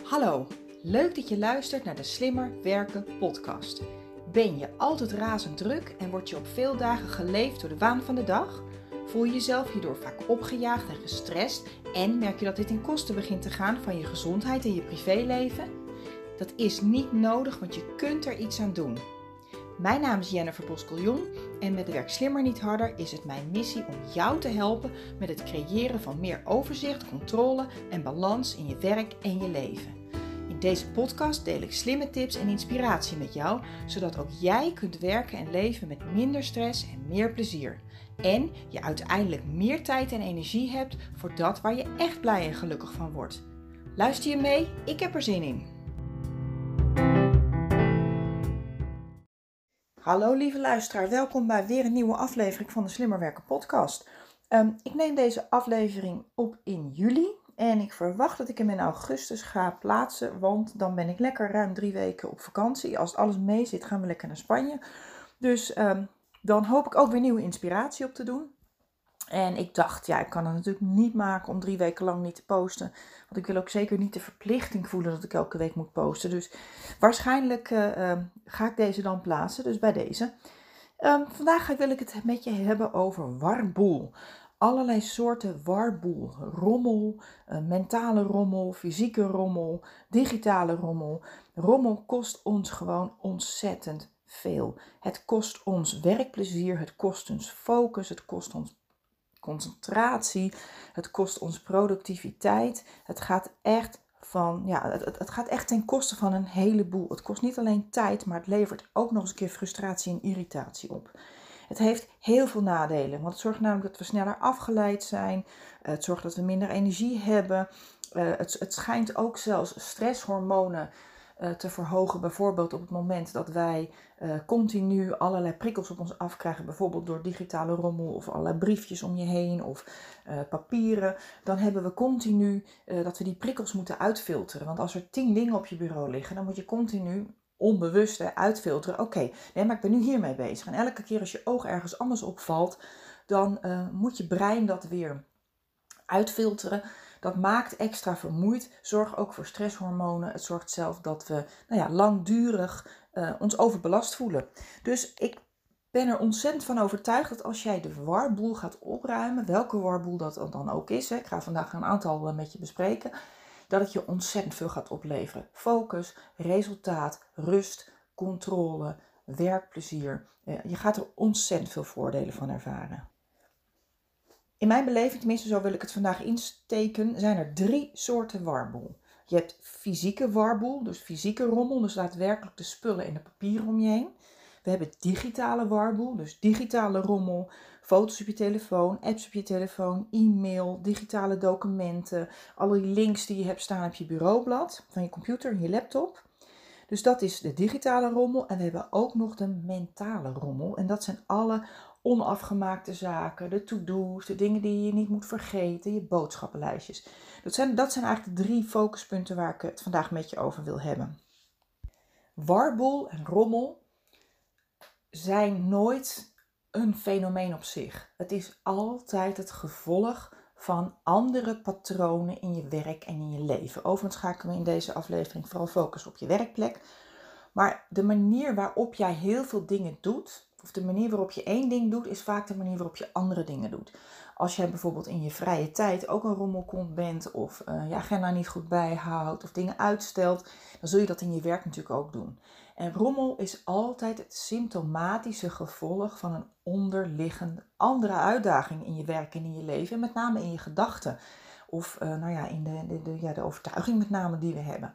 Hallo, leuk dat je luistert naar de Slimmer Werken podcast. Ben je altijd razend druk en word je op veel dagen geleefd door de waan van de dag? Voel je jezelf hierdoor vaak opgejaagd en gestrest en merk je dat dit ten koste begint te gaan van je gezondheid en je privéleven? Dat is niet nodig, want je kunt er iets aan doen. Mijn naam is Jennifer Boskeljon en met Werk Slimmer Niet Harder is het mijn missie om jou te helpen met het creëren van meer overzicht, controle en balans in je werk en je leven. In deze podcast deel ik slimme tips en inspiratie met jou, zodat ook jij kunt werken en leven met minder stress en meer plezier. En je uiteindelijk meer tijd en energie hebt voor dat waar je echt blij en gelukkig van wordt. Luister je mee? Ik heb er zin in. Hallo lieve luisteraar, welkom bij weer een nieuwe aflevering van de Slimmer Werken podcast. Ik neem deze aflevering op in juli en ik verwacht dat ik hem in augustus ga plaatsen, want dan ben ik lekker ruim 3 weken op vakantie. Als alles mee zit gaan we lekker naar Spanje. Dus dan hoop ik ook weer nieuwe inspiratie op te doen. En ik dacht, ik kan het natuurlijk niet maken om 3 weken lang niet te posten. Want ik wil ook zeker niet de verplichting voelen dat ik elke week moet posten. Dus waarschijnlijk ga ik deze dan plaatsen, dus bij deze. Vandaag wil ik het met je hebben over warboel. Allerlei soorten warboel. Rommel, mentale rommel, fysieke rommel, digitale rommel. Rommel kost ons gewoon ontzettend veel. Het kost ons werkplezier, het kost ons focus, het kost ons concentratie, het kost ons productiviteit. Het gaat echt het gaat echt ten koste van een heleboel. Het kost niet alleen tijd, maar het levert ook nog eens een keer frustratie en irritatie op. Het heeft heel veel nadelen, want het zorgt namelijk dat we sneller afgeleid zijn. Het zorgt dat we minder energie hebben. Het schijnt ook zelfs stresshormonen te verhogen, bijvoorbeeld op het moment dat wij continu allerlei prikkels op ons afkrijgen, bijvoorbeeld door digitale rommel of allerlei briefjes om je heen of papieren, dan hebben we continu dat we die prikkels moeten uitfilteren. Want als er 10 dingen op je bureau liggen, dan moet je continu onbewust uitfilteren. Oké, maar ik ben nu hiermee bezig. En elke keer als je oog ergens anders opvalt, dan moet je brein dat weer uitfilteren. Dat maakt extra vermoeid, zorgt ook voor stresshormonen. Het zorgt zelf dat we langdurig ons overbelast voelen. Dus ik ben er ontzettend van overtuigd dat als jij de warboel gaat opruimen, welke warboel dat dan ook is, ik ga vandaag een aantal met je bespreken, dat het je ontzettend veel gaat opleveren. Focus, resultaat, rust, controle, werkplezier. Je gaat er ontzettend veel voordelen van ervaren. In mijn beleving, tenminste zo wil ik het vandaag insteken, zijn er 3 soorten warboel. Je hebt fysieke warboel, dus fysieke rommel, dus daadwerkelijk de spullen en de papieren om je heen. We hebben digitale warboel, dus digitale rommel, foto's op je telefoon, apps op je telefoon, e-mail, digitale documenten, alle links die je hebt staan op je bureaublad, van je computer en je laptop. Dus dat is de digitale rommel en we hebben ook nog de mentale rommel en dat zijn alle onafgemaakte zaken, de to-do's, de dingen die je niet moet vergeten, je boodschappenlijstjes. Dat zijn eigenlijk de 3 focuspunten waar ik het vandaag met je over wil hebben. Warboel en rommel zijn nooit een fenomeen op zich. Het is altijd het gevolg van andere patronen in je werk en in je leven. Overigens ga ik me in deze aflevering vooral focussen op je werkplek. Maar de manier waarop jij heel veel dingen doet, of de manier waarop je 1 ding doet, is vaak de manier waarop je andere dingen doet. Als jij bijvoorbeeld in je vrije tijd ook een rommelkont bent, of je agenda niet goed bijhoudt, of dingen uitstelt, dan zul je dat in je werk natuurlijk ook doen. En rommel is altijd het symptomatische gevolg van een onderliggende andere uitdaging in je werk en in je leven. En met name in je gedachten. Of in de overtuiging met name die we hebben.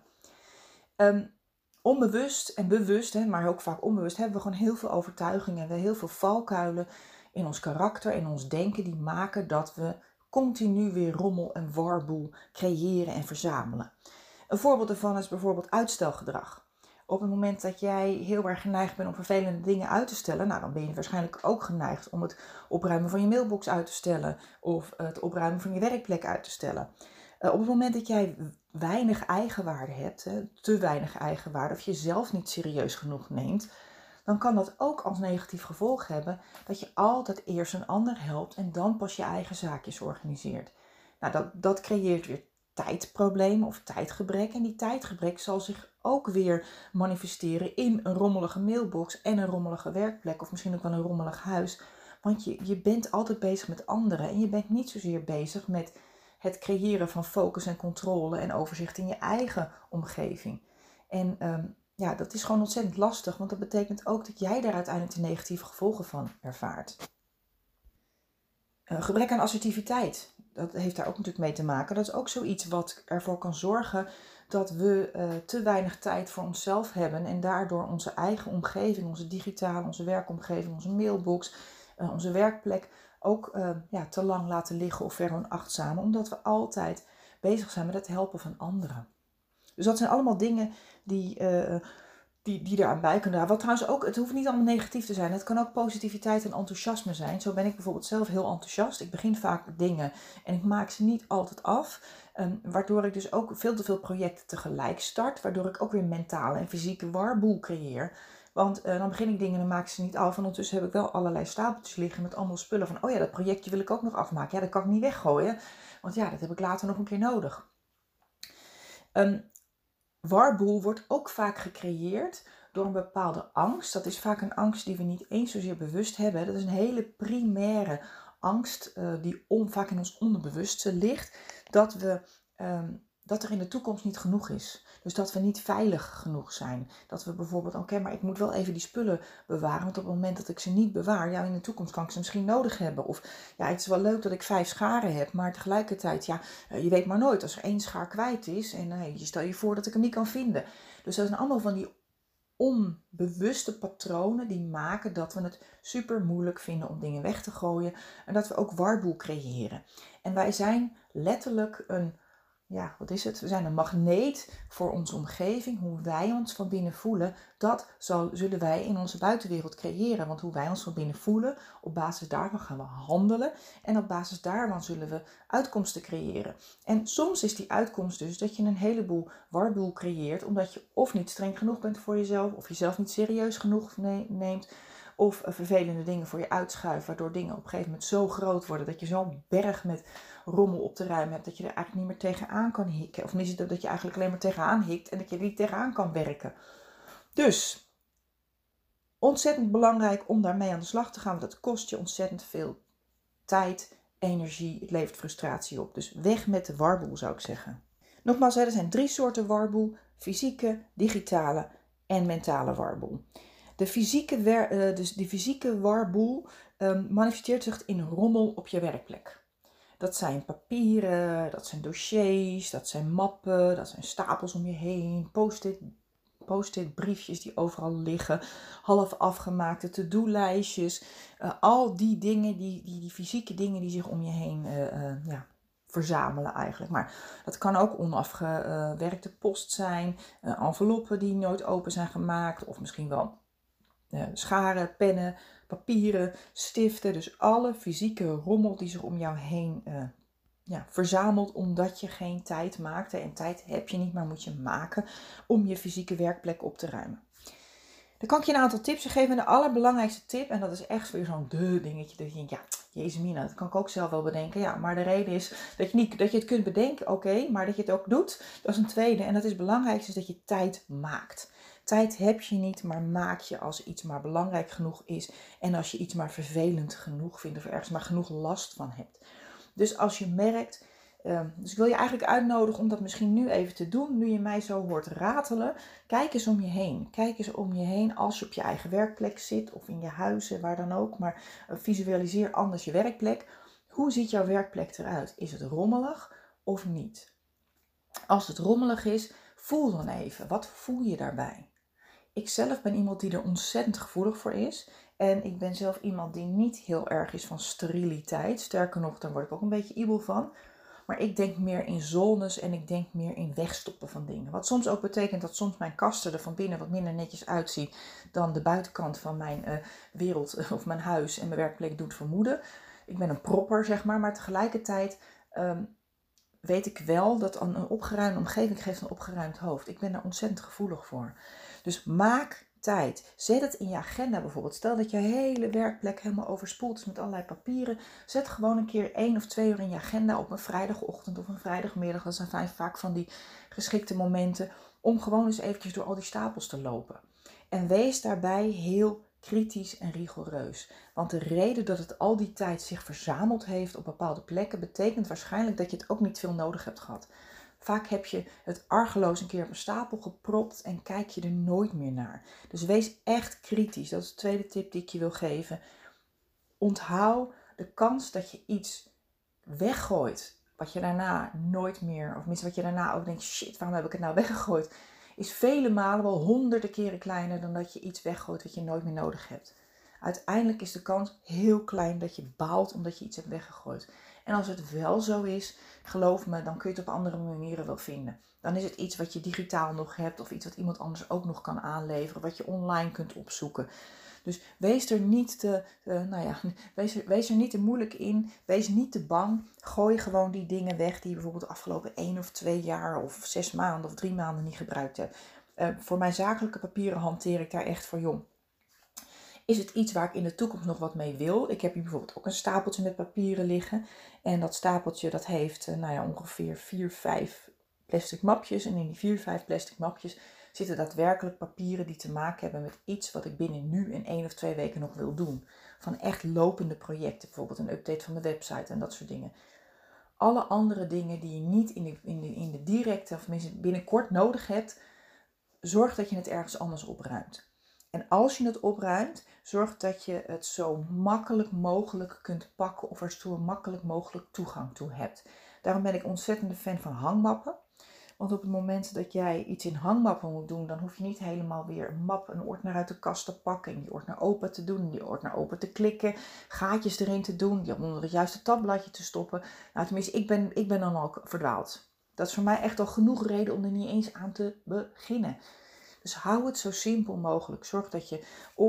Onbewust en bewust, maar ook vaak onbewust, hebben we gewoon heel veel overtuigingen. We hebben heel veel valkuilen in ons karakter, in ons denken, die maken dat we continu weer rommel en warboel creëren en verzamelen. Een voorbeeld daarvan is bijvoorbeeld uitstelgedrag. Op het moment dat jij heel erg geneigd bent om vervelende dingen uit te stellen, dan ben je waarschijnlijk ook geneigd om het opruimen van je mailbox uit te stellen of het opruimen van je werkplek uit te stellen. Op het moment dat jij weinig eigenwaarde hebt, te weinig eigenwaarde, of je jezelf niet serieus genoeg neemt, dan kan dat ook als negatief gevolg hebben dat je altijd eerst een ander helpt en dan pas je eigen zaakjes organiseert. Dat creëert weer tijdproblemen of tijdgebrek. En die tijdgebrek zal zich ook weer manifesteren in een rommelige mailbox en een rommelige werkplek. Of misschien ook wel een rommelig huis. Want je bent altijd bezig met anderen. En je bent niet zozeer bezig met het creëren van focus en controle en overzicht in je eigen omgeving. En ja, dat is gewoon ontzettend lastig. Want dat betekent ook dat jij daar uiteindelijk de negatieve gevolgen van ervaart. Gebrek aan assertiviteit, dat heeft daar ook natuurlijk mee te maken. Dat is ook zoiets wat ervoor kan zorgen dat we te weinig tijd voor onszelf hebben. En daardoor onze eigen omgeving, onze digitale, onze werkomgeving, onze mailbox, onze werkplek ook te lang laten liggen of veronachtzamen. Omdat we altijd bezig zijn met het helpen van anderen. Dus dat zijn allemaal dingen die eraan bij kunnen dragen. Wat trouwens ook, het hoeft niet allemaal negatief te zijn. Het kan ook positiviteit en enthousiasme zijn. Zo ben ik bijvoorbeeld zelf heel enthousiast. Ik begin vaak met dingen en ik maak ze niet altijd af. Waardoor ik dus ook veel te veel projecten tegelijk start. Waardoor ik ook weer mentale en fysieke warboel creëer. Want dan begin ik dingen en dan maak ik ze niet af. En ondertussen heb ik wel allerlei stapeltjes liggen met allemaal spullen. Van, oh ja, dat projectje wil ik ook nog afmaken. Ja, dat kan ik niet weggooien. Want ja, dat heb ik later nog een keer nodig. Warboel wordt ook vaak gecreëerd door een bepaalde angst. Dat is vaak een angst die we niet eens zozeer bewust hebben. Dat is een hele primaire angst die vaak in ons onderbewuste ligt. Dat er in de toekomst niet genoeg is. Dus dat we niet veilig genoeg zijn. Dat we bijvoorbeeld, oké, maar ik moet wel even die spullen bewaren. Want op het moment dat ik ze niet bewaar, ja, in de toekomst kan ik ze misschien nodig hebben. Of ja, het is wel leuk dat ik 5 scharen heb. Maar tegelijkertijd, ja, je weet maar nooit. Als er 1 schaar kwijt is en je stel je voor dat ik hem niet kan vinden. Dus dat zijn allemaal van die onbewuste patronen die maken dat we het super moeilijk vinden om dingen weg te gooien. En dat we ook warboel creëren. En wij zijn letterlijk we zijn een magneet voor onze omgeving. Hoe wij ons van binnen voelen, dat zullen wij in onze buitenwereld creëren. Want hoe wij ons van binnen voelen, op basis daarvan gaan we handelen. En op basis daarvan zullen we uitkomsten creëren. En soms is die uitkomst dus dat je een heleboel warboel creëert. Omdat je of niet streng genoeg bent voor jezelf, of jezelf niet serieus genoeg neemt. Of vervelende dingen voor je uitschuift, waardoor dingen op een gegeven moment zo groot worden dat je zo'n berg met rommel op te ruimen hebt dat je er eigenlijk niet meer tegenaan kan hikken. Of is het dat je eigenlijk alleen maar tegenaan hikt en dat je er niet tegenaan kan werken. Dus ontzettend belangrijk om daarmee aan de slag te gaan, want dat kost je ontzettend veel tijd, energie, het levert frustratie op. Dus weg met de warboel, zou ik zeggen. Nogmaals, er zijn 3 soorten warboel: fysieke, digitale en mentale warboel. De fysieke warboel manifesteert zich in rommel op je werkplek. Dat zijn papieren, dat zijn dossiers, dat zijn mappen, dat zijn stapels om je heen, post-it briefjes die overal liggen, half afgemaakte to-do-lijstjes. Al die dingen, die fysieke dingen die zich om je heen verzamelen eigenlijk. Maar dat kan ook onafgewerkte post zijn, enveloppen die nooit open zijn gemaakt, of misschien wel scharen, pennen, papieren, stiften. Dus alle fysieke rommel die zich om jou heen verzamelt omdat je geen tijd maakte. En tijd heb je niet, maar moet je maken om je fysieke werkplek op te ruimen. Dan kan ik je een aantal tips geven. En de allerbelangrijkste tip, en dat is echt weer zo'n dingetje, dat je denkt, ja, jezus mina, dat kan ik ook zelf wel bedenken. Ja, maar de reden is dat je het kunt bedenken, oké, maar dat je het ook doet, dat is een tweede. En dat is het belangrijkste, is dat je tijd maakt. Tijd heb je niet, maar maak je als iets maar belangrijk genoeg is. En als je iets maar vervelend genoeg vindt of ergens maar genoeg last van hebt. Dus als je merkt, dus ik wil je eigenlijk uitnodigen om dat misschien nu even te doen. Nu je mij zo hoort ratelen, kijk eens om je heen. Kijk eens om je heen als je op je eigen werkplek zit of in je huizen, waar dan ook. Maar visualiseer anders je werkplek. Hoe ziet jouw werkplek eruit? Is het rommelig of niet? Als het rommelig is, voel dan even. Wat voel je daarbij? Ik zelf ben iemand die er ontzettend gevoelig voor is. En ik ben zelf iemand die niet heel erg is van steriliteit. Sterker nog, daar word ik ook een beetje ibel van. Maar ik denk meer in zones en ik denk meer in wegstoppen van dingen. Wat soms ook betekent dat soms mijn kasten er van binnen wat minder netjes uitzien dan de buitenkant van mijn wereld of mijn huis en mijn werkplek doet vermoeden. Ik ben een propper, zeg maar. Maar tegelijkertijd weet ik wel dat een opgeruimde omgeving geeft een opgeruimd hoofd. Ik ben daar ontzettend gevoelig voor. Dus maak tijd. Zet het in je agenda bijvoorbeeld. Stel dat je hele werkplek helemaal overspoeld is met allerlei papieren. Zet gewoon een keer 1 of 2 uur in je agenda op een vrijdagochtend of een vrijdagmiddag. Dat zijn vaak van die geschikte momenten om gewoon eens eventjes door al die stapels te lopen. En wees daarbij heel kritisch en rigoureus. Want de reden dat het al die tijd zich verzameld heeft op bepaalde plekken betekent waarschijnlijk dat je het ook niet veel nodig hebt gehad. Vaak heb je het argeloos een keer op een stapel gepropt en kijk je er nooit meer naar. Dus wees echt kritisch. Dat is de tweede tip die ik je wil geven. Onthoud de kans dat je iets weggooit wat je daarna nooit meer, of tenminste wat je daarna ook denkt, shit, waarom heb ik het nou weggegooid, is vele malen, wel honderden keren kleiner dan dat je iets weggooit wat je nooit meer nodig hebt. Uiteindelijk is de kans heel klein dat je baalt omdat je iets hebt weggegooid. En als het wel zo is, geloof me, dan kun je het op andere manieren wel vinden. Dan is het iets wat je digitaal nog hebt of iets wat iemand anders ook nog kan aanleveren, wat je online kunt opzoeken. Dus wees er niet wees er niet te moeilijk in. Wees niet te bang. Gooi gewoon die dingen weg die je bijvoorbeeld de afgelopen 1 of 2 jaar of 6 maanden of 3 maanden niet gebruikt hebt. Voor mijn zakelijke papieren hanteer ik daar echt voor, joh. Is het iets waar ik in de toekomst nog wat mee wil? Ik heb hier bijvoorbeeld ook een stapeltje met papieren liggen. En dat stapeltje dat heeft ongeveer 4, 5 plastic mapjes. En in die 4, 5 plastic mapjes zitten daadwerkelijk papieren die te maken hebben met iets wat ik binnen nu in 1 of 2 weken nog wil doen. Van echt lopende projecten, bijvoorbeeld een update van de website en dat soort dingen. Alle andere dingen die je niet in de directe, of tenminste binnenkort nodig hebt, zorg dat je het ergens anders opruimt. En als je het opruimt, zorg dat je het zo makkelijk mogelijk kunt pakken of er zo makkelijk mogelijk toegang toe hebt. Daarom ben ik ontzettende fan van hangmappen. Want op het moment dat jij iets in hangmappen moet doen, dan hoef je niet helemaal weer een ordner uit de kast te pakken en die ordner open te doen, die ordner open te klikken, gaatjes erin te doen, die onder het juiste tabbladje te stoppen. Nou, tenminste, ik ben dan al verdwaald. Dat is voor mij echt al genoeg reden om er niet eens aan te beginnen. Dus hou het zo simpel mogelijk. Zorg dat je,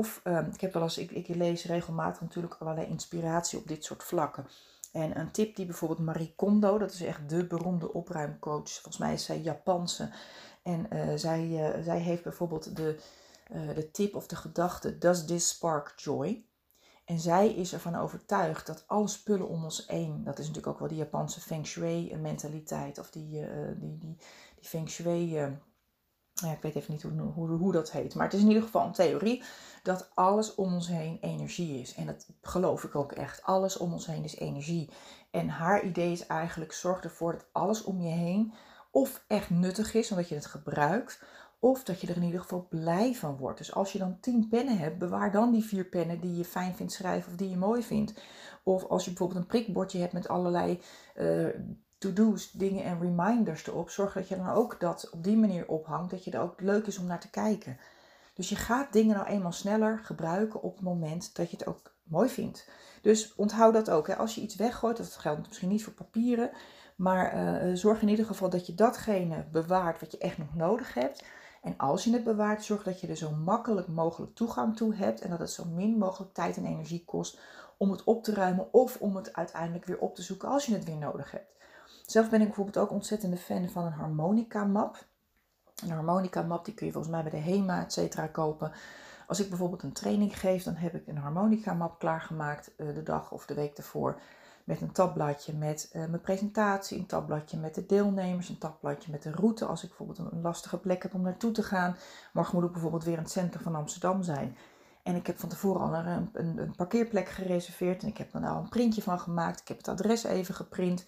ik lees regelmatig natuurlijk allerlei inspiratie op dit soort vlakken. En een tip die bijvoorbeeld Marie Kondo, dat is echt de beroemde opruimcoach. Volgens mij is zij Japanse. En zij heeft bijvoorbeeld de tip of de gedachte, does this spark joy? En zij is ervan overtuigd dat alle spullen om ons heen, dat is natuurlijk ook wel die Japanse feng shui mentaliteit. Of die feng shui, ik weet even niet hoe dat heet. Maar het is in ieder geval een theorie dat alles om ons heen energie is. En dat geloof ik ook echt. Alles om ons heen is energie. En haar idee is eigenlijk, zorg ervoor dat alles om je heen of echt nuttig is, omdat je het gebruikt, of dat je er in ieder geval blij van wordt. Dus als je dan 10 pennen hebt, bewaar dan die 4 pennen die je fijn vindt schrijven of die je mooi vindt. Of als je bijvoorbeeld een prikbordje hebt met allerlei to-do's, dingen en reminders erop. Zorg dat je dan ook dat op die manier ophangt, dat je er ook leuk is om naar te kijken. Dus je gaat dingen nou eenmaal sneller gebruiken op het moment dat je het ook mooi vindt. Dus onthoud dat ook. Hè. Als je iets weggooit, dat geldt misschien niet voor papieren, maar zorg in ieder geval dat je datgene bewaart wat je echt nog nodig hebt. En als je het bewaart, zorg dat je er zo makkelijk mogelijk toegang toe hebt en dat het zo min mogelijk tijd en energie kost om het op te ruimen of om het uiteindelijk weer op te zoeken als je het weer nodig hebt. Zelf ben ik bijvoorbeeld ook ontzettende fan van een harmonica map. Een harmonica map die kun je volgens mij bij de HEMA etc. kopen. Als ik bijvoorbeeld een training geef, dan heb ik een harmonica map klaargemaakt de dag of de week ervoor. Met een tabbladje met mijn presentatie, een tabbladje met de deelnemers, een tabbladje met de route. Als ik bijvoorbeeld een lastige plek heb om naartoe te gaan. Morgen moet ik bijvoorbeeld weer in het centrum van Amsterdam zijn. En ik heb van tevoren al een parkeerplek gereserveerd. En ik heb er nou een printje van gemaakt. Ik heb het adres even geprint.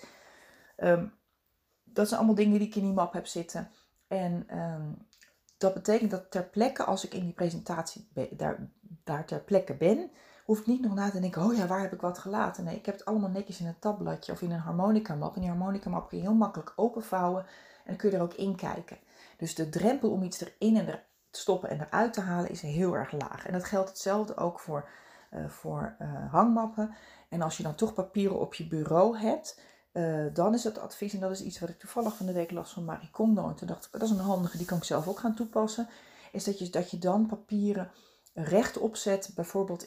Dat zijn allemaal dingen die ik in die map heb zitten. En dat betekent dat ter plekke, als ik in die presentatie daar ter plekke ben, hoef ik niet nog na te denken, oh ja, waar heb ik wat gelaten? Nee, ik heb het allemaal netjes in een tabbladje of in een harmonica map. En die harmonica map kun je heel makkelijk openvouwen en dan kun je er ook in kijken. Dus de drempel om iets erin en er te stoppen en eruit te halen is heel erg laag. En dat geldt hetzelfde ook voor hangmappen. En als je dan toch papieren op je bureau hebt, dan is het advies, en dat is iets wat ik toevallig van de week las van Marie Kondo. En toen dacht ik, dat is een handige, die kan ik zelf ook gaan toepassen. Is dat je dan papieren rechtop zet, bijvoorbeeld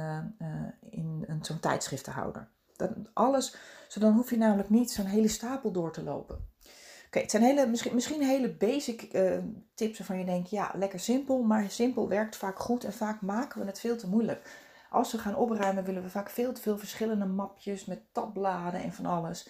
in zo'n tijdschriftenhouder. Zodan hoef je namelijk niet zo'n hele stapel door te lopen. Oké, het zijn misschien hele basic tips waarvan je denkt, ja, lekker simpel. Maar simpel werkt vaak goed en vaak maken we het veel te moeilijk. Als we gaan opruimen willen we vaak veel te veel verschillende mapjes met tabbladen en van alles.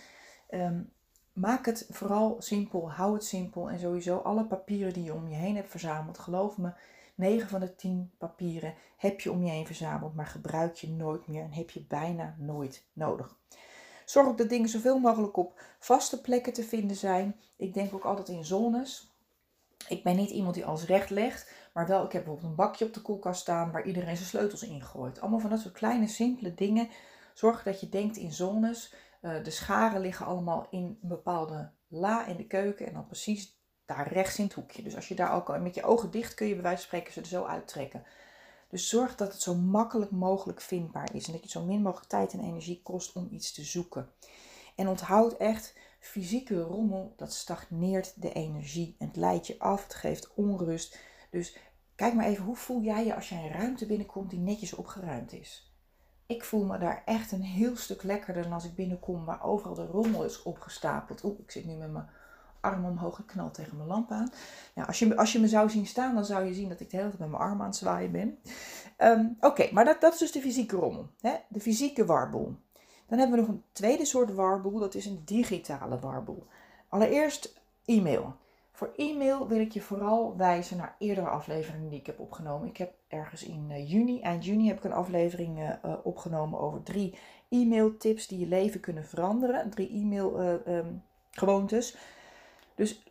Maak het vooral simpel, hou het simpel. En sowieso alle papieren die je om je heen hebt verzameld, geloof me, 9 van de 10 papieren heb je om je heen verzameld, maar gebruik je nooit meer en heb je bijna nooit nodig. Zorg ook dat dingen zoveel mogelijk op vaste plekken te vinden zijn. Ik denk ook altijd in zones. Ik ben niet iemand die alles recht legt, maar wel, ik heb bijvoorbeeld een bakje op de koelkast staan waar iedereen zijn sleutels in gooit. Allemaal van dat soort kleine, simpele dingen. Zorg dat je denkt in zones. De scharen liggen allemaal in een bepaalde la in de keuken en dan precies daar rechts in het hoekje. Dus als je daar ook met je ogen dicht kun je bij wijze van spreken ze er zo uittrekken. Dus zorg dat het zo makkelijk mogelijk vindbaar is en dat je zo min mogelijk tijd en energie kost om iets te zoeken. En onthoud echt, fysieke rommel, dat stagneert de energie. Het leidt je af, het geeft onrust. Dus kijk maar even, hoe voel jij je als je een ruimte binnenkomt die netjes opgeruimd is? Ik voel me daar echt een heel stuk lekkerder dan als ik binnenkom waar overal de rommel is opgestapeld. Oeh, ik zit nu met mijn arm omhoog, ik knal tegen mijn lamp aan. Ja, als je me zou zien staan, dan zou je zien dat ik de hele tijd met mijn arm aan het zwaaien ben. Oké, maar dat is dus de fysieke rommel, hè? De fysieke warboel. Dan hebben we nog een tweede soort warboel, dat is een digitale warboel. Allereerst e-mail. Voor e-mail wil ik je vooral wijzen naar eerdere afleveringen die ik heb opgenomen. Ik heb ergens in eind juni heb ik een aflevering opgenomen over 3 e-mailtips die je leven kunnen veranderen. 3 e-mail gewoontes. Dus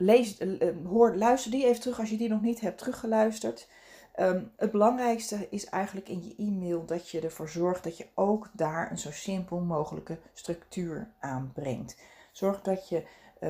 luister die even terug als je die nog niet hebt teruggeluisterd. Het belangrijkste is eigenlijk in je e-mail dat je ervoor zorgt dat je ook daar een zo simpel mogelijke structuur aanbrengt. Zorg dat je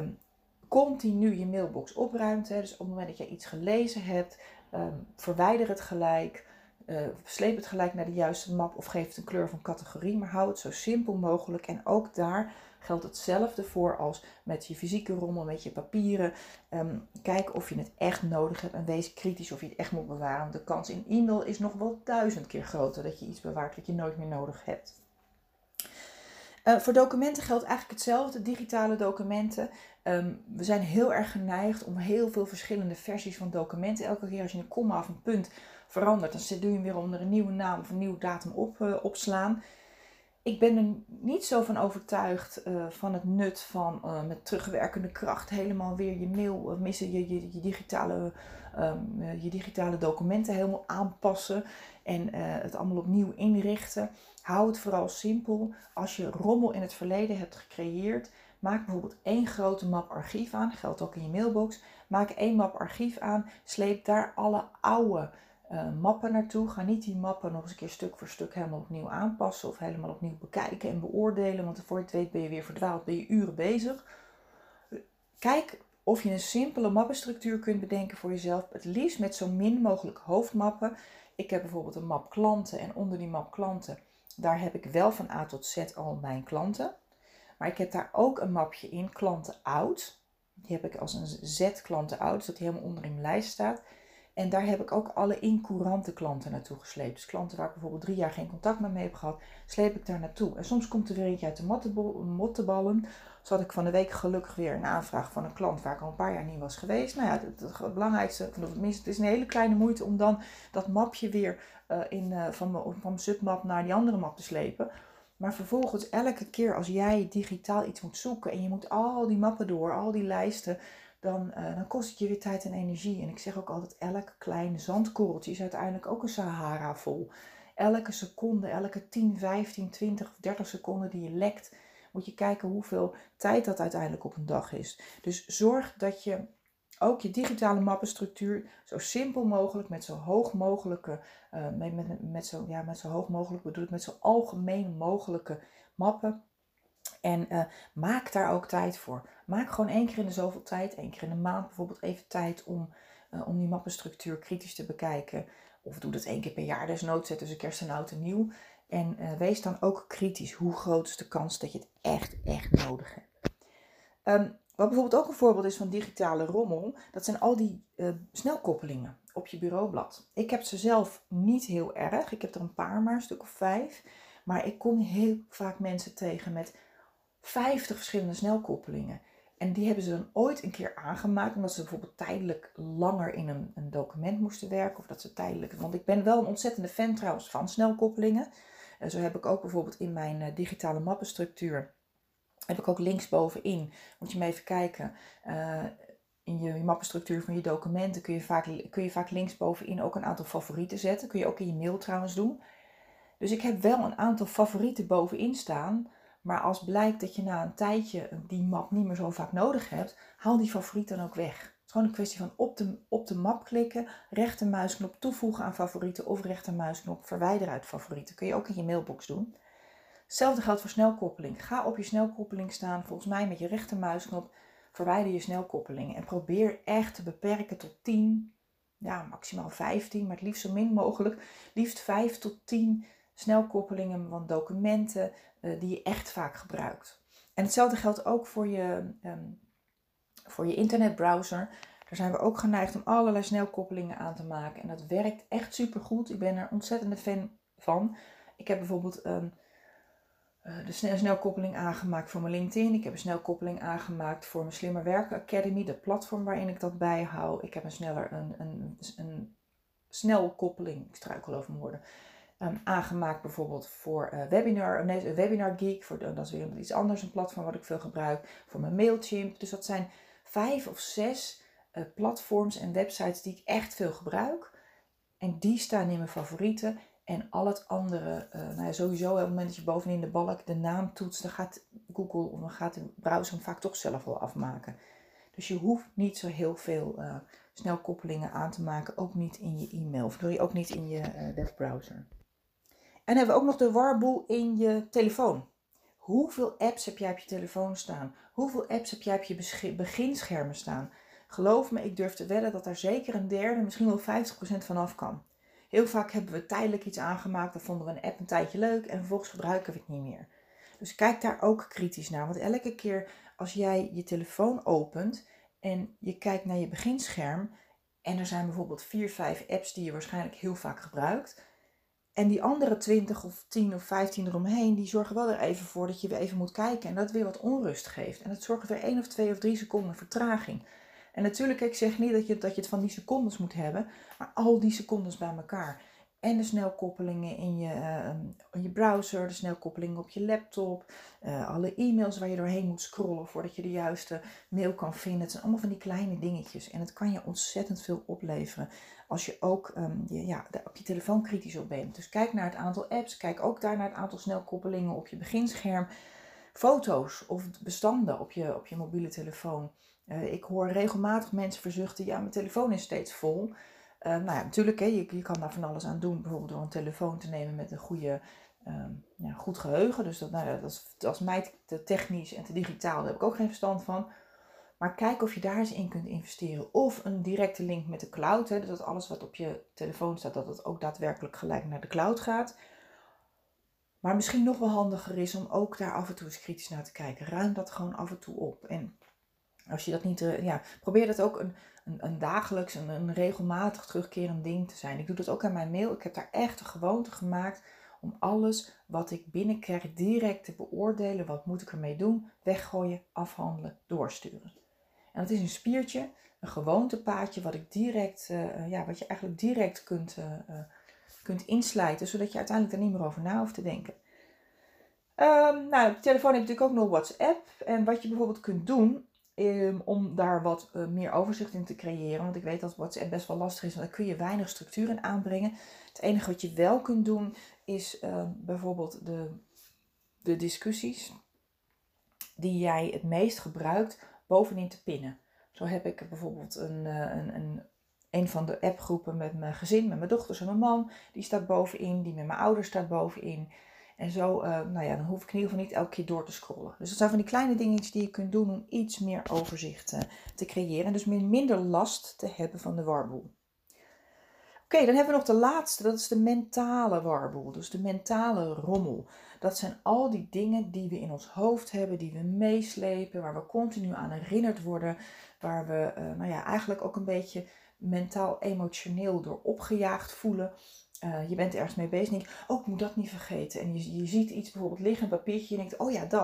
continu je mailbox opruimt. Hè. Dus op het moment dat je iets gelezen hebt, verwijder het gelijk. Sleep het gelijk naar de juiste map of geef het een kleur van categorie. Maar hou het zo simpel mogelijk. En ook daar geldt hetzelfde voor als met je fysieke rommel, met je papieren. Kijk of je het echt nodig hebt en wees kritisch of je het echt moet bewaren. Want de kans in e-mail is nog wel 1000 keer groter dat je iets bewaart wat je nooit meer nodig hebt. Voor documenten geldt eigenlijk hetzelfde, digitale documenten. We zijn heel erg geneigd om heel veel verschillende versies van documenten. Elke keer als je een komma of een punt verandert, dan doe je hem weer onder een nieuwe naam of een nieuwe datum opslaan. Ik ben er niet zo van overtuigd van het nut van met terugwerkende kracht helemaal weer je mail, je digitale documenten helemaal aanpassen en het allemaal opnieuw inrichten. Hou het vooral simpel. Als je rommel in het verleden hebt gecreëerd, maak bijvoorbeeld 1 grote map archief aan. Geldt ook in je mailbox. Maak 1 map archief aan. Sleep daar alle oude mappen naartoe. Ga niet die mappen nog eens een keer stuk voor stuk helemaal opnieuw aanpassen of helemaal opnieuw bekijken en beoordelen. Want voor je het weet ben je weer verdwaald, ben je uren bezig. Kijk of je een simpele mappenstructuur kunt bedenken voor jezelf. Het liefst met zo min mogelijk hoofdmappen. Ik heb bijvoorbeeld een map klanten en onder die map klanten, daar heb ik wel van A tot Z al mijn klanten. Maar ik heb daar ook een mapje in, klanten oud. Die heb ik als een Z klanten oud, zodat die helemaal onder in mijn lijst staat. En daar heb ik ook alle incourante klanten naartoe gesleept. Dus klanten waar ik bijvoorbeeld 3 jaar geen contact meer mee heb gehad, sleep ik daar naartoe. En soms komt er weer eentje uit de motteballen. Zo had ik van de week gelukkig weer een aanvraag van een klant waar ik al een paar jaar niet was geweest. Nou ja, het belangrijkste, het is een hele kleine moeite om dan dat mapje weer van mijn submap naar die andere map te slepen. Maar vervolgens elke keer als jij digitaal iets moet zoeken en je moet al die mappen door, al die lijsten, dan kost het je weer tijd en energie. En ik zeg ook altijd, elk klein zandkorreltje is uiteindelijk ook een Sahara vol. Elke seconde, elke 10, 15, 20 of 30 seconden die je lekt, moet je kijken hoeveel tijd dat uiteindelijk op een dag is. Dus zorg dat je ook je digitale mappenstructuur zo simpel mogelijk, met zo hoog mogelijke, met zo hoog mogelijk bedoel ik met zo algemeen mogelijke mappen. En maak daar ook tijd voor. Maak gewoon 1 keer in de zoveel tijd, 1 keer in de maand bijvoorbeeld even tijd om die mappenstructuur kritisch te bekijken. Of doe dat 1 keer per jaar desnoods, zet tussen kerst en oud en nieuw. En wees dan ook kritisch. Hoe groot is de kans dat je het echt nodig hebt? Wat bijvoorbeeld ook een voorbeeld is van digitale rommel, dat zijn al die snelkoppelingen op je bureaublad. Ik heb ze zelf niet heel erg. Ik heb er een paar maar, een stuk of 5. Maar ik kom heel vaak mensen tegen met 50 verschillende snelkoppelingen. En die hebben ze dan ooit een keer aangemaakt, omdat ze bijvoorbeeld tijdelijk langer in een document moesten werken. Of dat ze tijdelijk, want ik ben wel een ontzettende fan trouwens van snelkoppelingen. Zo heb ik ook bijvoorbeeld in mijn digitale mappenstructuur, heb ik ook linksbovenin, moet je maar even kijken, in je mappenstructuur van je documenten kun je vaak linksbovenin ook een aantal favorieten zetten. Kun je ook in je mail trouwens doen. Dus ik heb wel een aantal favorieten bovenin staan. Maar als blijkt dat je na een tijdje die map niet meer zo vaak nodig hebt, haal die favoriet dan ook weg. Het is gewoon een kwestie van op de map klikken, rechtermuisknop toevoegen aan favorieten of rechtermuisknop verwijderen uit favorieten. Kun je ook in je mailbox doen. Hetzelfde geldt voor snelkoppeling. Ga op je snelkoppeling staan, volgens mij met je rechtermuisknop, verwijder je snelkoppelingen. En probeer echt te beperken tot 10, ja maximaal 15, maar het liefst zo min mogelijk. Liefst 5 tot 10 snelkoppelingen van documenten die je echt vaak gebruikt. En hetzelfde geldt ook voor je internetbrowser. Daar zijn we ook geneigd om allerlei snelkoppelingen aan te maken. En dat werkt echt supergoed. Ik ben er ontzettende fan van. Ik heb bijvoorbeeld de snelkoppeling aangemaakt voor mijn LinkedIn. Ik heb een snelkoppeling aangemaakt voor mijn Slimmer Werken Academy, de platform waarin ik dat bijhoud. Ik heb een snelkoppeling, ik struikel over mijn woorden, aangemaakt bijvoorbeeld voor Webinar Geek. Dat is weer iets anders, een platform wat ik veel gebruik. Voor mijn Mailchimp. Dus dat zijn 5 of 6 platforms en websites die ik echt veel gebruik. En die staan in mijn favorieten. En al het andere, sowieso op het moment dat je bovenin de balk de naam toetst, dan gaat Google of dan gaat de browser hem vaak toch zelf wel afmaken. Dus je hoeft niet zo heel veel snelkoppelingen aan te maken, ook niet in je e-mail, of ook niet in je webbrowser. En dan hebben we ook nog de warboel in je telefoon. Hoeveel apps heb jij op je telefoon staan? Hoeveel apps heb jij op je beginschermen staan? Geloof me, ik durf te wedden dat daar zeker een derde, misschien wel 50% van af kan. Heel vaak hebben we tijdelijk iets aangemaakt, dan vonden we een app een tijdje leuk en vervolgens gebruiken we het niet meer. Dus kijk daar ook kritisch naar, want elke keer als jij je telefoon opent en je kijkt naar je beginscherm en er zijn bijvoorbeeld 4, 5 apps die je waarschijnlijk heel vaak gebruikt, en die andere 20 of 10 of 15 eromheen, die zorgen wel er even voor dat je weer even moet kijken en dat weer wat onrust geeft. En dat zorgt weer 1 of 2 of 3 seconden vertraging. En natuurlijk, ik zeg niet dat je het van die secondes moet hebben, maar al die secondes bij elkaar. En de snelkoppelingen in je browser, de snelkoppelingen op je laptop, alle e-mails waar je doorheen moet scrollen voordat je de juiste mail kan vinden. Het zijn allemaal van die kleine dingetjes en het kan je ontzettend veel opleveren als je ook op je telefoon kritisch op bent. Dus kijk naar het aantal apps, kijk ook daar naar het aantal snelkoppelingen op je beginscherm, foto's of bestanden op je mobiele telefoon. Ik hoor regelmatig mensen verzuchten, ja, mijn telefoon is steeds vol. Natuurlijk, je kan daar van alles aan doen. Bijvoorbeeld door een telefoon te nemen met een goed geheugen. Dus dat is mij te technisch en te digitaal. Daar heb ik ook geen verstand van. Maar kijk of je daar eens in kunt investeren. Of een directe link met de cloud. Dat alles wat op je telefoon staat, dat het ook daadwerkelijk gelijk naar de cloud gaat. Maar misschien nog wel handiger is om ook daar af en toe eens kritisch naar te kijken. Ruim dat gewoon af en toe op. En als je dat niet, probeer dat ook een dagelijks, een regelmatig terugkerend ding te zijn. Ik doe dat ook aan mijn mail. Ik heb daar echt een gewoonte gemaakt om alles wat ik binnenkrijg direct te beoordelen. Wat moet ik ermee doen? Weggooien, afhandelen, doorsturen. En dat is een spiertje, een gewoontepaadje wat ik direct, wat je eigenlijk direct kunt inslijten, zodat je uiteindelijk er niet meer over na hoeft te denken. Op je telefoon heb je natuurlijk ook nog WhatsApp. En wat je bijvoorbeeld kunt doen, om daar wat meer overzicht in te creëren. Want ik weet dat WhatsApp best wel lastig is, want daar kun je weinig structuur in aanbrengen. Het enige wat je wel kunt doen, is bijvoorbeeld de discussies die jij het meest gebruikt, bovenin te pinnen. Zo heb ik bijvoorbeeld een van de appgroepen met mijn gezin, met mijn dochters en mijn man. Die staat bovenin, die met mijn ouders staat bovenin. En zo, dan hoef ik in ieder geval niet elke keer door te scrollen. Dus dat zijn van die kleine dingetjes die je kunt doen om iets meer overzicht te creëren. En dus minder last te hebben van de warboel. Oké, dan hebben we nog de laatste. Dat is de mentale warboel. Dus de mentale rommel. Dat zijn al die dingen die we in ons hoofd hebben, die we meeslepen, waar we continu aan herinnerd worden. Waar we eigenlijk ook een beetje mentaal-emotioneel door opgejaagd voelen. Je bent ergens mee bezig en denk, ik moet dat niet vergeten. En je ziet iets bijvoorbeeld liggen, een papiertje, en je denkt, oh ja, dat.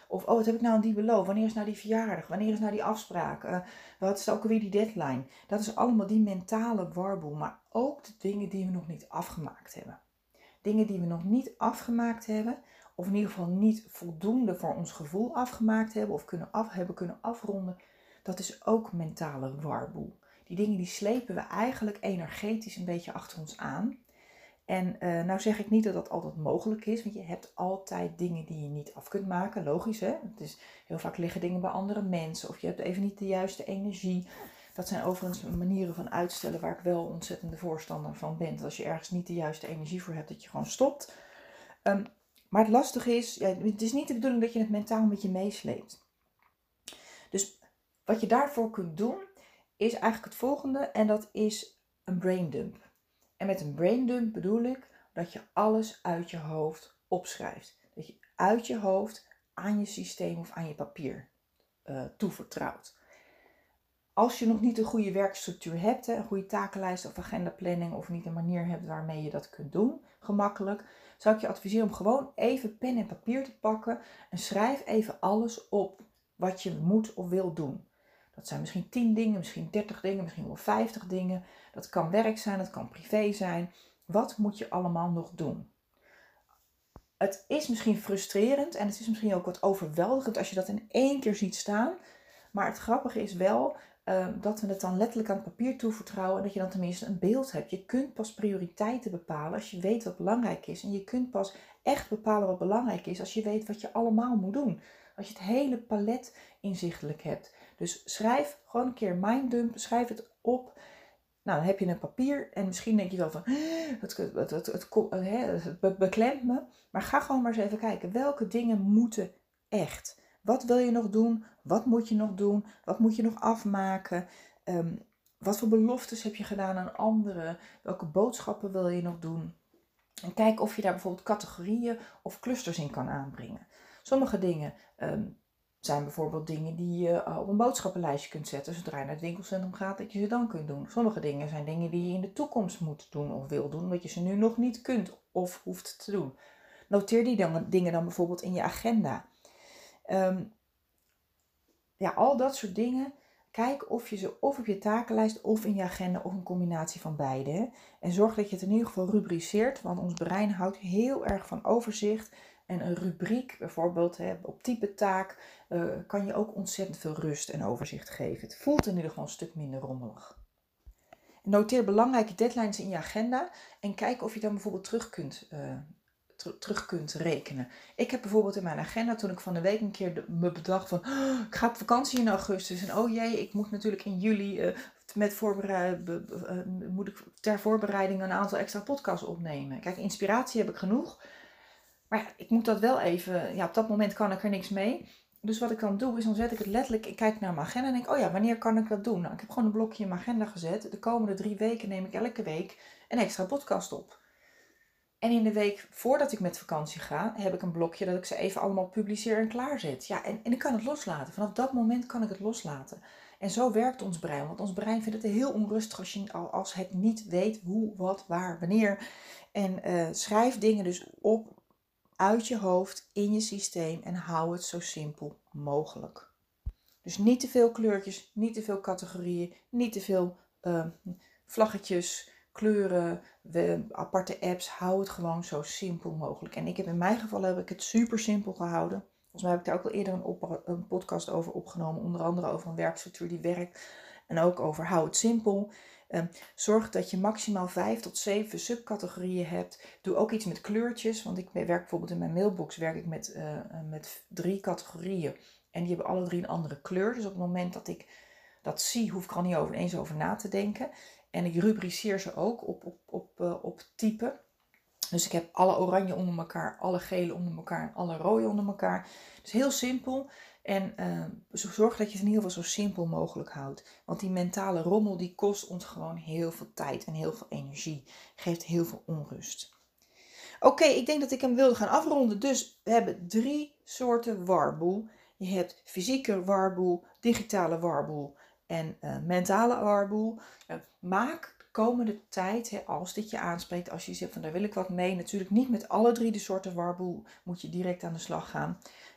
Of, oh, wat heb ik nou aan die beloofd? Wanneer is nou die verjaardag? Wanneer is nou die afspraak? Wat is ook alweer die deadline? Dat is allemaal die mentale warboel. Maar ook de dingen die we nog niet afgemaakt hebben. Dingen die we nog niet afgemaakt hebben. Of in ieder geval niet voldoende voor ons gevoel afgemaakt hebben. Of hebben kunnen afronden. Dat is ook mentale warboel. Die dingen die slepen we eigenlijk energetisch een beetje achter ons aan. En nou zeg ik niet dat dat altijd mogelijk is, want je hebt altijd dingen die je niet af kunt maken. Logisch, hè? Het is, heel vaak liggen dingen bij andere mensen of je hebt even niet de juiste energie. Dat zijn overigens manieren van uitstellen waar ik wel ontzettende voorstander van ben. Dat als je ergens niet de juiste energie voor hebt, dat je gewoon stopt. Maar het lastige is, het is niet de bedoeling dat je het mentaal met je meesleept. Dus wat je daarvoor kunt doen, is eigenlijk het volgende en dat is een braindump. En met een braindump bedoel ik dat je alles uit je hoofd opschrijft. Dat je uit je hoofd aan je systeem of aan je papier toevertrouwt. Als je nog niet een goede werkstructuur hebt, een goede takenlijst of agendaplanning of niet een manier hebt waarmee je dat kunt doen, gemakkelijk, zou ik je adviseren om gewoon even pen en papier te pakken en schrijf even alles op wat je moet of wil doen. Dat zijn misschien 10 dingen, misschien 30 dingen, misschien wel 50 dingen. Dat kan werk zijn, dat kan privé zijn. Wat moet je allemaal nog doen? Het is misschien frustrerend en het is misschien ook wat overweldigend als je dat in één keer ziet staan. Maar het grappige is wel dat we het dan letterlijk aan het papier toevertrouwen en dat je dan tenminste een beeld hebt. Je kunt pas prioriteiten bepalen als je weet wat belangrijk is. En je kunt pas echt bepalen wat belangrijk is als je weet wat je allemaal moet doen. Als je het hele palet inzichtelijk hebt. Dus schrijf gewoon een keer minddump, schrijf het op. Nou, dan heb je een papier en misschien denk je wel van, het beklemt me. Maar ga gewoon maar eens even kijken, welke dingen moeten echt? Wat wil je nog doen? Wat moet je nog doen? Wat moet je nog afmaken? Wat voor beloftes heb je gedaan aan anderen? Welke boodschappen wil je nog doen? En kijk of je daar bijvoorbeeld categorieën of clusters in kan aanbrengen. Sommige dingen zijn bijvoorbeeld dingen die je op een boodschappenlijstje kunt zetten. Zodra je naar het winkelcentrum gaat, dat je ze dan kunt doen. Sommige dingen zijn dingen die je in de toekomst moet doen of wil doen, omdat je ze nu nog niet kunt of hoeft te doen. Noteer die dingen dan bijvoorbeeld in je agenda. Al dat soort dingen. Kijk of je ze of op je takenlijst of in je agenda of een combinatie van beide. Hè? En zorg dat je het in ieder geval rubriceert, want ons brein houdt heel erg van overzicht. En een rubriek, bijvoorbeeld op type taak, kan je ook ontzettend veel rust en overzicht geven. Het voelt in ieder geval een stuk minder rommelig. Noteer belangrijke deadlines in je agenda en kijk of je dan bijvoorbeeld terug kunt rekenen. Ik heb bijvoorbeeld in mijn agenda, toen ik van de week een keer me bedacht van, ik ga op vakantie in augustus en oh jee, ik moet natuurlijk in juli moet ik ter voorbereiding een aantal extra podcasts opnemen. Kijk, inspiratie heb ik genoeg, maar ja, ik moet dat wel even, op dat moment kan ik er niks mee. Dus wat ik dan doe, is dan zet ik het letterlijk, ik kijk naar mijn agenda en denk, oh ja, wanneer kan ik dat doen? Nou, ik heb gewoon een blokje in mijn agenda gezet. De komende 3 weken neem ik elke week een extra podcast op. En in de week voordat ik met vakantie ga, heb ik een blokje dat ik ze even allemaal publiceer en klaarzet. Ja, en ik kan het loslaten. Vanaf dat moment kan ik het loslaten. En zo werkt ons brein. Want ons brein vindt het heel onrustig als het niet weet hoe, wat, waar, wanneer. En schrijf dingen dus op uit je hoofd, in je systeem en hou het zo simpel mogelijk. Dus niet te veel kleurtjes, niet te veel categorieën, niet te veel vlaggetjes, kleuren, aparte apps. Hou het gewoon zo simpel mogelijk. En in mijn geval heb ik het super simpel gehouden. Volgens mij heb ik daar ook al eerder een podcast over opgenomen. Onder andere over een werkstructuur die werkt. En ook over hou het simpel. Zorg dat je maximaal 5 tot 7 subcategorieën hebt. Doe ook iets met kleurtjes. Want ik werk bijvoorbeeld in mijn mailbox met 3 categorieën. En die hebben alle 3 een andere kleur. Dus op het moment dat ik dat zie, hoef ik er al niet eens over na te denken. En ik rubriceer ze ook op type. Dus ik heb alle oranje onder elkaar, alle gele onder elkaar en alle rode onder elkaar. Dus heel simpel. En zorg dat je het in ieder geval zo simpel mogelijk houdt. Want die mentale rommel die kost ons gewoon heel veel tijd en heel veel energie. Geeft heel veel onrust. Oké, ik denk dat ik hem wilde gaan afronden. Dus we hebben 3 soorten warboel. Je hebt fysieke warboel, digitale warboel en mentale warboel. Maak de komende tijd, als dit je aanspreekt, als je zegt van daar wil ik wat mee. Natuurlijk niet met alle 3 de soorten warboel moet je direct aan de slag gaan.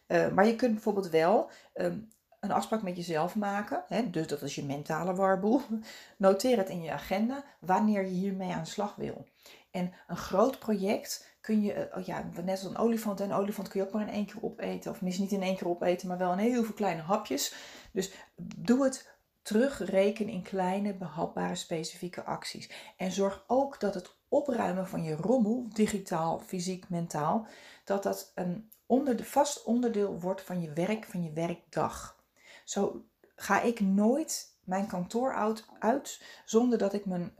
Maar je kunt bijvoorbeeld wel een afspraak met jezelf maken. Hè? Dus dat is je mentale warboel. Noteer het in je agenda wanneer je hiermee aan de slag wil. En een groot project kun je, net als een olifant. Een olifant kun je ook maar in 1 keer opeten. Of misschien niet in 1 keer opeten, maar wel in heel veel kleine hapjes. Dus doe het terugreken in kleine, behapbare, specifieke acties. En zorg ook dat het opruimen van je rommel, digitaal, fysiek, mentaal, dat een vast onderdeel wordt van je werk, van je werkdag. Zo ga ik nooit mijn kantoor uit zonder dat ik mijn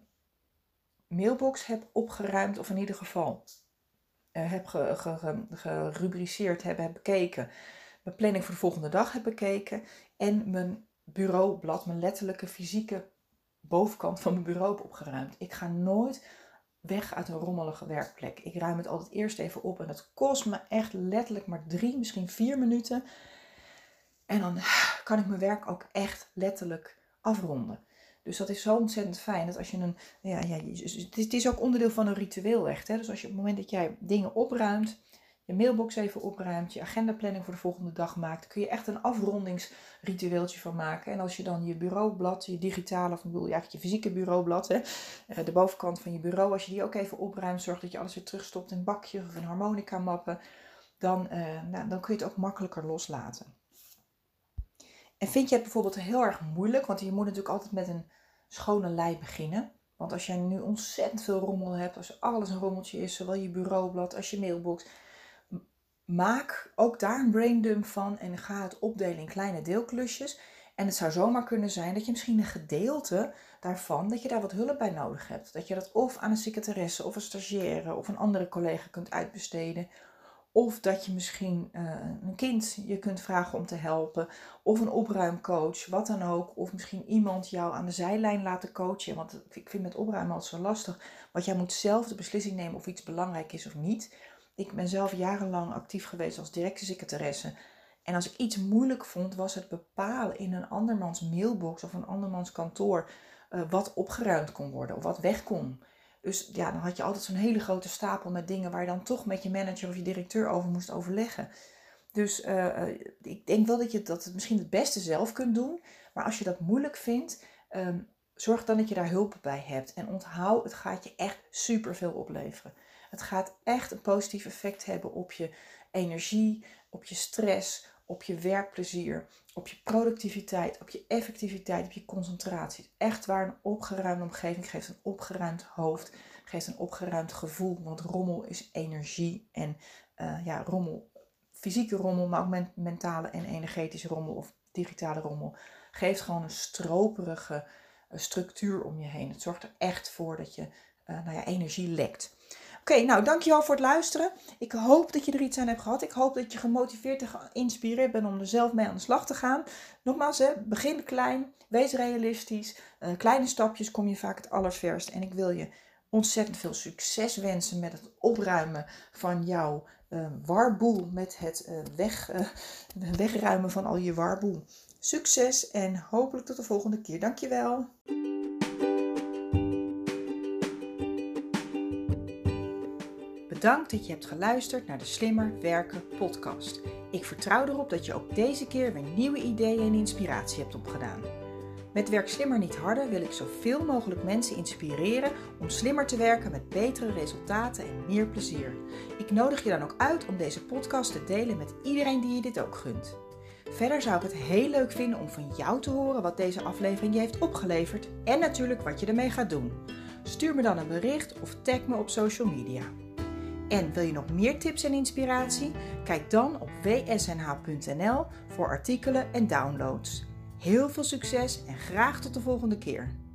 mailbox heb opgeruimd, of in ieder geval heb gerubriceerd, heb bekeken, mijn planning voor de volgende dag heb bekeken en mijn bureaublad, mijn letterlijke fysieke bovenkant van mijn bureau heb opgeruimd. Ik ga nooit weg uit een rommelige werkplek. Ik ruim het altijd eerst even op en dat kost me echt letterlijk maar 3, misschien 4 minuten. En dan kan ik mijn werk ook echt letterlijk afronden. Dus dat is zo ontzettend fijn. Dat als je het is ook onderdeel van een ritueel echt. Hè? Dus als je op het moment dat jij dingen opruimt, je mailbox even opruimt, je agendaplanning voor de volgende dag maakt, kun je echt een afrondingsritueeltje van maken. En als je dan je bureaublad, je digitale, of eigenlijk je fysieke bureaublad, de bovenkant van je bureau, als je die ook even opruimt, zorg dat je alles weer terugstopt in bakjes of in harmonica mappen, dan kun je het ook makkelijker loslaten. En vind je het bijvoorbeeld heel erg moeilijk, want je moet natuurlijk altijd met een schone lei beginnen. Want als jij nu ontzettend veel rommel hebt, als alles een rommeltje is, zowel je bureaublad als je mailbox, maak ook daar een braindump van en ga het opdelen in kleine deelklusjes. En het zou zomaar kunnen zijn dat je misschien een gedeelte daarvan, dat je daar wat hulp bij nodig hebt. Dat je dat of aan een secretaresse of een stagiaire of een andere collega kunt uitbesteden. Of dat je misschien een kind je kunt vragen om te helpen. Of een opruimcoach, wat dan ook. Of misschien iemand jou aan de zijlijn laten coachen. Want ik vind met opruimen altijd zo lastig. Want jij moet zelf de beslissing nemen of iets belangrijk is of niet. Ik ben zelf jarenlang actief geweest als directiesecretaresse. En als ik iets moeilijk vond, was het bepalen in een andermans mailbox of een andermans kantoor wat opgeruimd kon worden of wat weg kon. Dus ja, dan had je altijd zo'n hele grote stapel met dingen waar je dan toch met je manager of je directeur over moest overleggen. Dus ik denk wel dat je dat misschien het beste zelf kunt doen. Maar als je dat moeilijk vindt, zorg dan dat je daar hulp bij hebt. En onthoud, het gaat je echt superveel opleveren. Het gaat echt een positief effect hebben op je energie, op je stress, op je werkplezier, op je productiviteit, op je effectiviteit, op je concentratie. Echt waar, een opgeruimde omgeving geeft een opgeruimd hoofd, geeft een opgeruimd gevoel. Want rommel is energie en rommel, fysieke rommel, maar ook mentale en energetische rommel of digitale rommel, geeft gewoon een stroperige structuur om je heen. Het zorgt er echt voor dat je energie lekt. Oké, nou dankjewel voor het luisteren. Ik hoop dat je er iets aan hebt gehad. Ik hoop dat je gemotiveerd en geïnspireerd bent om er zelf mee aan de slag te gaan. Nogmaals, begin klein, wees realistisch. Kleine stapjes kom je vaak het allerverst. En ik wil je ontzettend veel succes wensen met het opruimen van jouw warboel. Met het wegruimen van al je warboel. Succes en hopelijk tot de volgende keer. Dankjewel. Bedankt dat je hebt geluisterd naar de Slimmer Werken podcast. Ik vertrouw erop dat je ook deze keer weer nieuwe ideeën en inspiratie hebt opgedaan. Met Werk Slimmer Niet Harder wil ik zoveel mogelijk mensen inspireren om slimmer te werken met betere resultaten en meer plezier. Ik nodig je dan ook uit om deze podcast te delen met iedereen die je dit ook gunt. Verder zou ik het heel leuk vinden om van jou te horen wat deze aflevering je heeft opgeleverd en natuurlijk wat je ermee gaat doen. Stuur me dan een bericht of tag me op social media. En wil je nog meer tips en inspiratie? Kijk dan op wsnh.nl voor artikelen en downloads. Heel veel succes en graag tot de volgende keer.